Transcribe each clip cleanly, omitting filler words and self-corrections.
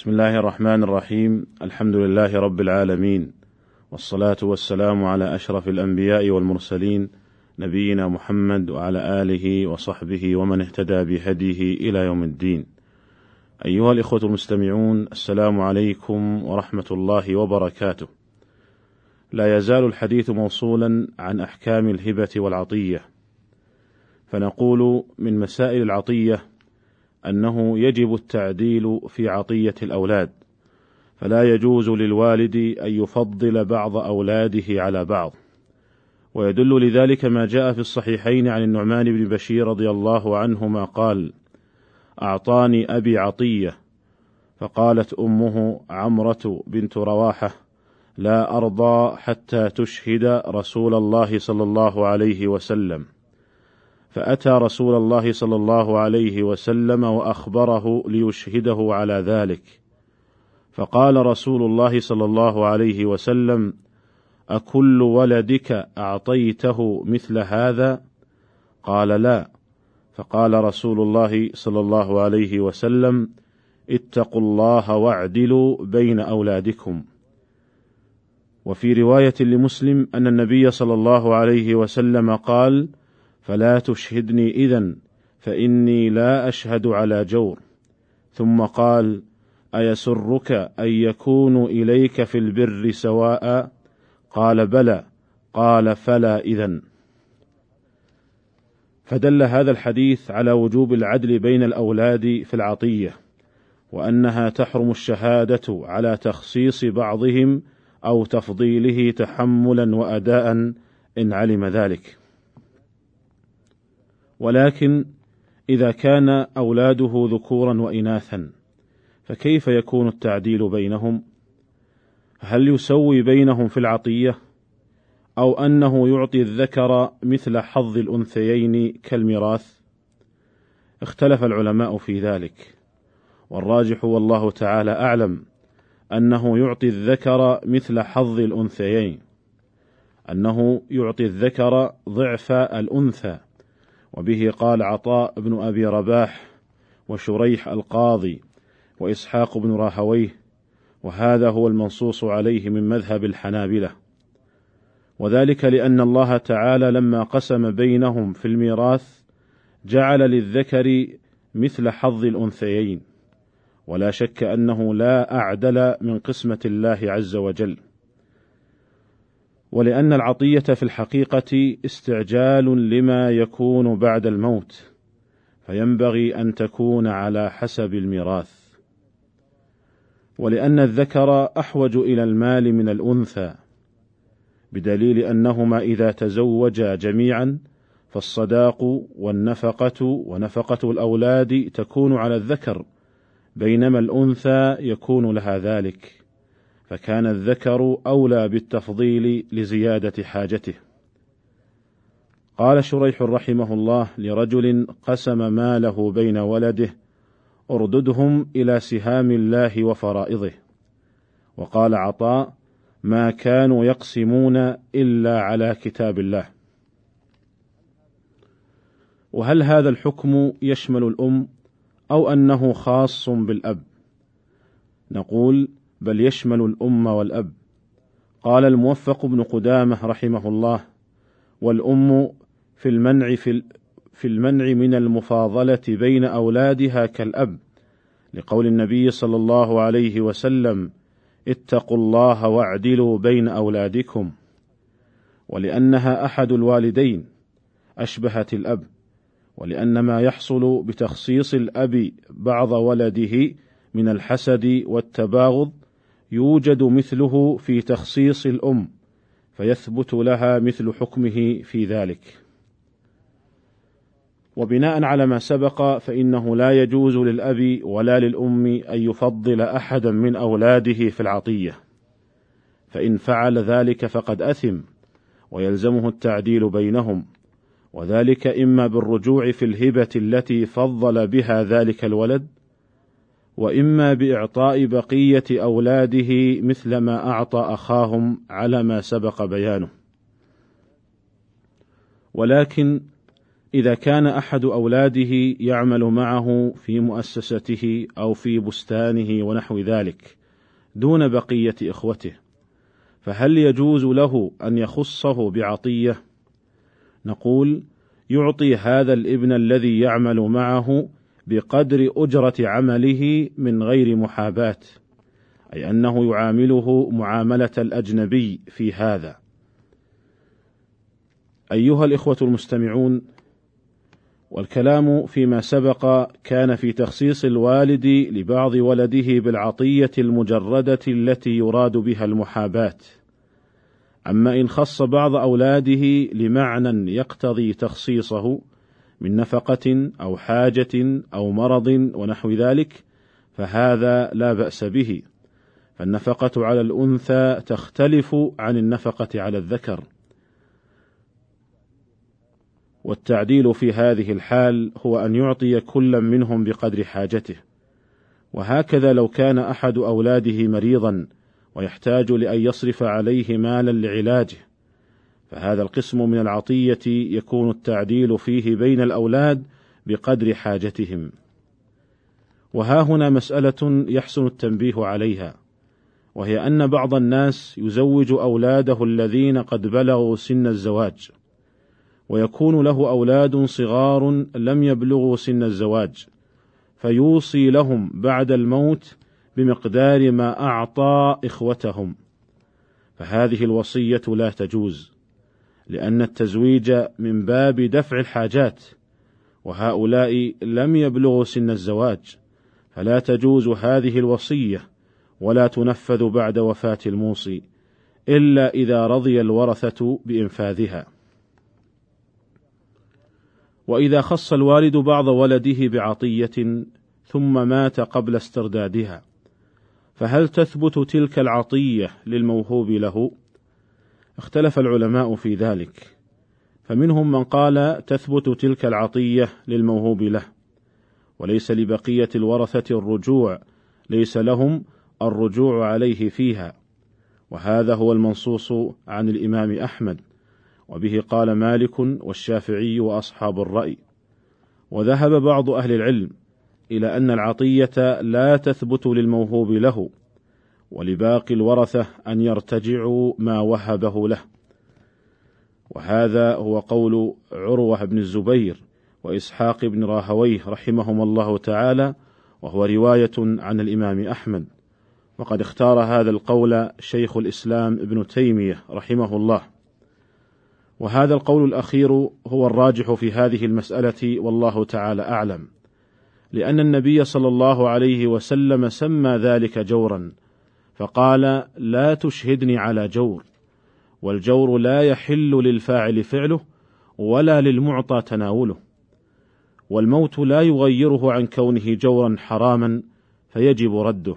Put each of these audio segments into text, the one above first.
بسم الله الرحمن الرحيم. الحمد لله رب العالمين، والصلاة والسلام على أشرف الأنبياء والمرسلين، نبينا محمد وعلى آله وصحبه ومن اهتدى بهديه إلى يوم الدين. أيها الإخوة المستمعون، السلام عليكم ورحمة الله وبركاته. لا يزال الحديث موصولا عن أحكام الهبة والعطية، فنقول من مسائل العطية أنه يجب التعديل في عطية الأولاد، فلا يجوز للوالد أن يفضل بعض أولاده على بعض، ويدل لذلك ما جاء في الصحيحين عن النعمان بن بشير رضي الله عنهما قال: أعطاني أبي عطية، فقالت أمه عمرة بنت رواحة: لا أرضى حتى تشهد رسول الله صلى الله عليه وسلم. فأتى رسول الله صلى الله عليه وسلم وأخبره ليشهده على ذلك، فقال رسول الله صلى الله عليه وسلم: أكل ولدك أعطيته مثل هذا؟ قال: لا. فقال رسول الله صلى الله عليه وسلم: اتقوا الله واعدلوا بين أولادكم. وفي رواية لمسلم أن النبي صلى الله عليه وسلم قال: فلا تشهدني إذن، فإني لا أشهد على جور. ثم قال: أيسرك أن يكونوا إليك في البر سواء؟ قال: بلى. قال: فلا إذن. فدل هذا الحديث على وجوب العدل بين الأولاد في العطية، وأنها تحرم الشهادة على تخصيص بعضهم أو تفضيله تحملا وأداء إن علم ذلك. ولكن إذا كان أولاده ذكورا وإناثا فكيف يكون التعديل بينهم؟ هل يسوي بينهم في العطية، أو أنه يعطي الذكر مثل حظ الأنثيين كالميراث؟ اختلف العلماء في ذلك، والراجح والله تعالى أعلم أنه يعطي الذكر مثل حظ الأنثيين، أنه يعطي الذكر ضعف الأنثى. وبه قال عطاء بن أبي رباح وشريح القاضي وإسحاق بن راهويه، وهذا هو المنصوص عليه من مذهب الحنابلة. وذلك لأن الله تعالى لما قسم بينهم في الميراث جعل للذكر مثل حظ الأنثيين، ولا شك أنه لا أعدل من قسمة الله عز وجل. ولأن العطية في الحقيقة استعجال لما يكون بعد الموت، فينبغي أن تكون على حسب الميراث. ولأن الذكر أحوج إلى المال من الأنثى، بدليل أنهما إذا تزوجا جميعا فالصداق والنفقة ونفقة الأولاد تكون على الذكر، بينما الأنثى يكون لها ذلك، فكان الذكر أولى بالتفضيل لزيادة حاجته. قال شريح رحمه الله لرجل قسم ماله بين ولده: ارددهم إلى سهام الله وفرائضه. وقال عطاء: ما كانوا يقسمون إلا على كتاب الله. وهل هذا الحكم يشمل الأم أو أنه خاص بالأب؟ نقول: بل يشمل الأم والأب. قال الموفق بن قدامة رحمه الله: والأم في المنع من المفاضلة بين أولادها كالأب، لقول النبي صلى الله عليه وسلم: اتقوا الله واعدلوا بين أولادكم. ولأنها أحد الوالدين أشبهت الأب، ولأن ما يحصل بتخصيص الأب بعض ولده من الحسد والتباغض يوجد مثله في تخصيص الأم، فيثبت لها مثل حكمه في ذلك. وبناء على ما سبق فإنه لا يجوز للأب ولا للأم أن يفضل أحدا من أولاده في العطية، فإن فعل ذلك فقد أثم ويلزمه التعديل بينهم، وذلك إما بالرجوع في الهبة التي فضل بها ذلك الولد، وإما بإعطاء بقية أولاده مثل ما أعطى أخاهم على ما سبق بيانه. ولكن إذا كان أحد أولاده يعمل معه في مؤسسته أو في بستانه ونحو ذلك دون بقية إخوته، فهل يجوز له أن يخصه بعطية؟ نقول: يعطي هذا الابن الذي يعمل معه بقدر أجرة عمله من غير محاباة، أي أنه يعامله معاملة الأجنبي في هذا. أيها الإخوة المستمعون، والكلام فيما سبق كان في تخصيص الوالد لبعض ولده بالعطية المجردة التي يراد بها المحاباة. أما إن خص بعض أولاده لمعنى يقتضي تخصيصه من نفقة أو حاجة أو مرض ونحو ذلك فهذا لا بأس به، فالنفقة على الأنثى تختلف عن النفقة على الذكر، والتعديل في هذه الحال هو أن يعطي كل منهم بقدر حاجته. وهكذا لو كان أحد أولاده مريضا ويحتاج لأن يصرف عليه مالا لعلاجه، فهذا القسم من العطية يكون التعديل فيه بين الأولاد بقدر حاجتهم. وها هنا مسألة يحسن التنبيه عليها، وهي أن بعض الناس يزوج أولاده الذين قد بلغوا سن الزواج، ويكون له أولاد صغار لم يبلغوا سن الزواج، فيوصي لهم بعد الموت بمقدار ما أعطى إخوتهم، فهذه الوصية لا تجوز، لأن التزويج من باب دفع الحاجات، وهؤلاء لم يبلغوا سن الزواج، فلا تجوز هذه الوصية ولا تنفذ بعد وفاة الموصي إلا إذا رضي الورثة بإنفاذها. وإذا خص الوالد بعض ولده بعطية ثم مات قبل استردادها، فهل تثبت تلك العطية للموهوب له؟ اختلف العلماء في ذلك، فمنهم من قال تثبت تلك العطية للموهوب له، وليس لبقية الورثة الرجوع، ليس لهم الرجوع عليه فيها، وهذا هو المنصوص عن الإمام أحمد، وبه قال مالك والشافعي وأصحاب الرأي. وذهب بعض أهل العلم إلى أن العطية لا تثبت للموهوب له، ولباقي الورثة أن يرتجعوا ما وهبه له، وهذا هو قول عروة بن الزبير وإسحاق بن راهويه رحمهم الله تعالى، وهو رواية عن الإمام أحمد، وقد اختار هذا القول شيخ الإسلام ابن تيمية رحمه الله. وهذا القول الأخير هو الراجح في هذه المسألة، والله تعالى أعلم، لأن النبي صلى الله عليه وسلم سمى ذلك جورا، فقال: لا تشهدني على جور، والجور لا يحل للفاعل فعله ولا للمعطى تناوله، والموت لا يغيره عن كونه جورا حراما فيجب رده.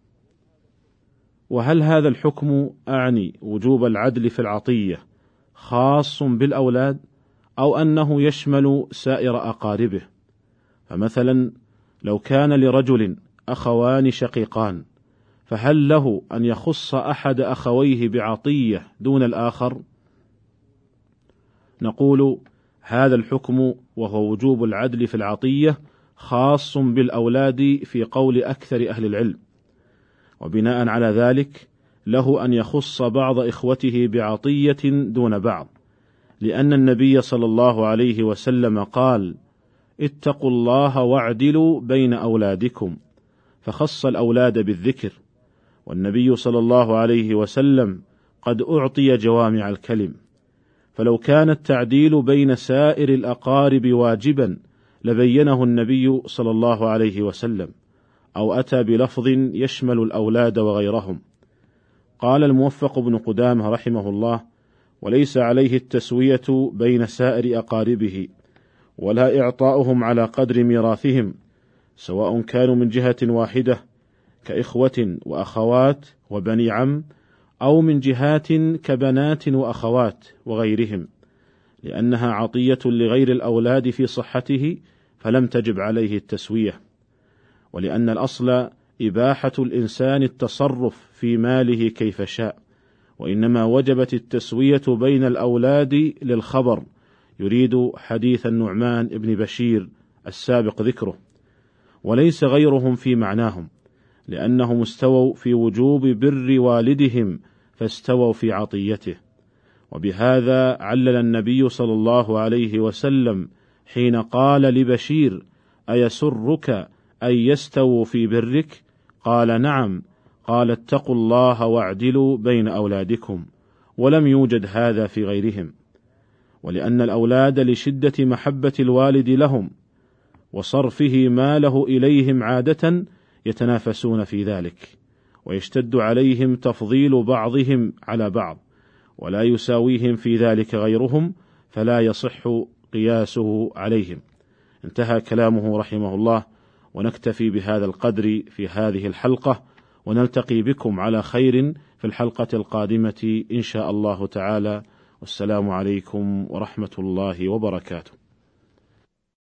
وهل هذا الحكم أعني وجوب العدل في العطية خاص بالأولاد، أو أنه يشمل سائر أقاربه؟ فمثلا لو كان لرجل أخوان شقيقان، فهل له أن يخص أحد أخويه بعطية دون الآخر؟ نقول: هذا الحكم وهو وجوب العدل في العطية خاص بالأولاد في قول أكثر أهل العلم، وبناء على ذلك له أن يخص بعض إخوته بعطية دون بعض، لأن النبي صلى الله عليه وسلم قال: اتقوا الله واعدلوا بين أولادكم، فخص الأولاد بالذكر، والنبي صلى الله عليه وسلم قد أعطي جوامع الكلم، فلو كان التعديل بين سائر الأقارب واجبا لبينه النبي صلى الله عليه وسلم، أو أتى بلفظ يشمل الأولاد وغيرهم. قال الموفق بن قدامة رحمه الله: وليس عليه التسوية بين سائر أقاربه، ولا إعطاؤهم على قدر ميراثهم، سواء كانوا من جهة واحدة كإخوة وأخوات وبني عم، أو من جهات كبنات وأخوات وغيرهم، لأنها عطية لغير الأولاد في صحته، فلم تجب عليه التسوية، ولأن الأصل إباحة الإنسان التصرف في ماله كيف شاء، وإنما وجبت التسوية بين الأولاد للخبر يريد حديث النعمان بن بشير السابق ذكره، وليس غيرهم في معناهم، لأنهم استووا في وجوب بر والدهم فاستووا في عطيته. وبهذا علل النبي صلى الله عليه وسلم حين قال لبشير: أيسرك أن يستووا في برك؟ قال: نعم. قال: اتقوا الله واعدلوا بين أولادكم. ولم يوجد هذا في غيرهم، ولأن الأولاد لشدة محبة الوالد لهم وصرفه ماله إليهم عادة يتنافسون في ذلك، ويشتد عليهم تفضيل بعضهم على بعض، ولا يساويهم في ذلك غيرهم، فلا يصح قياسه عليهم. انتهى كلامه رحمه الله. ونكتفي بهذا القدر في هذه الحلقة، ونلتقي بكم على خير في الحلقة القادمة إن شاء الله تعالى. والسلام عليكم ورحمة الله وبركاته.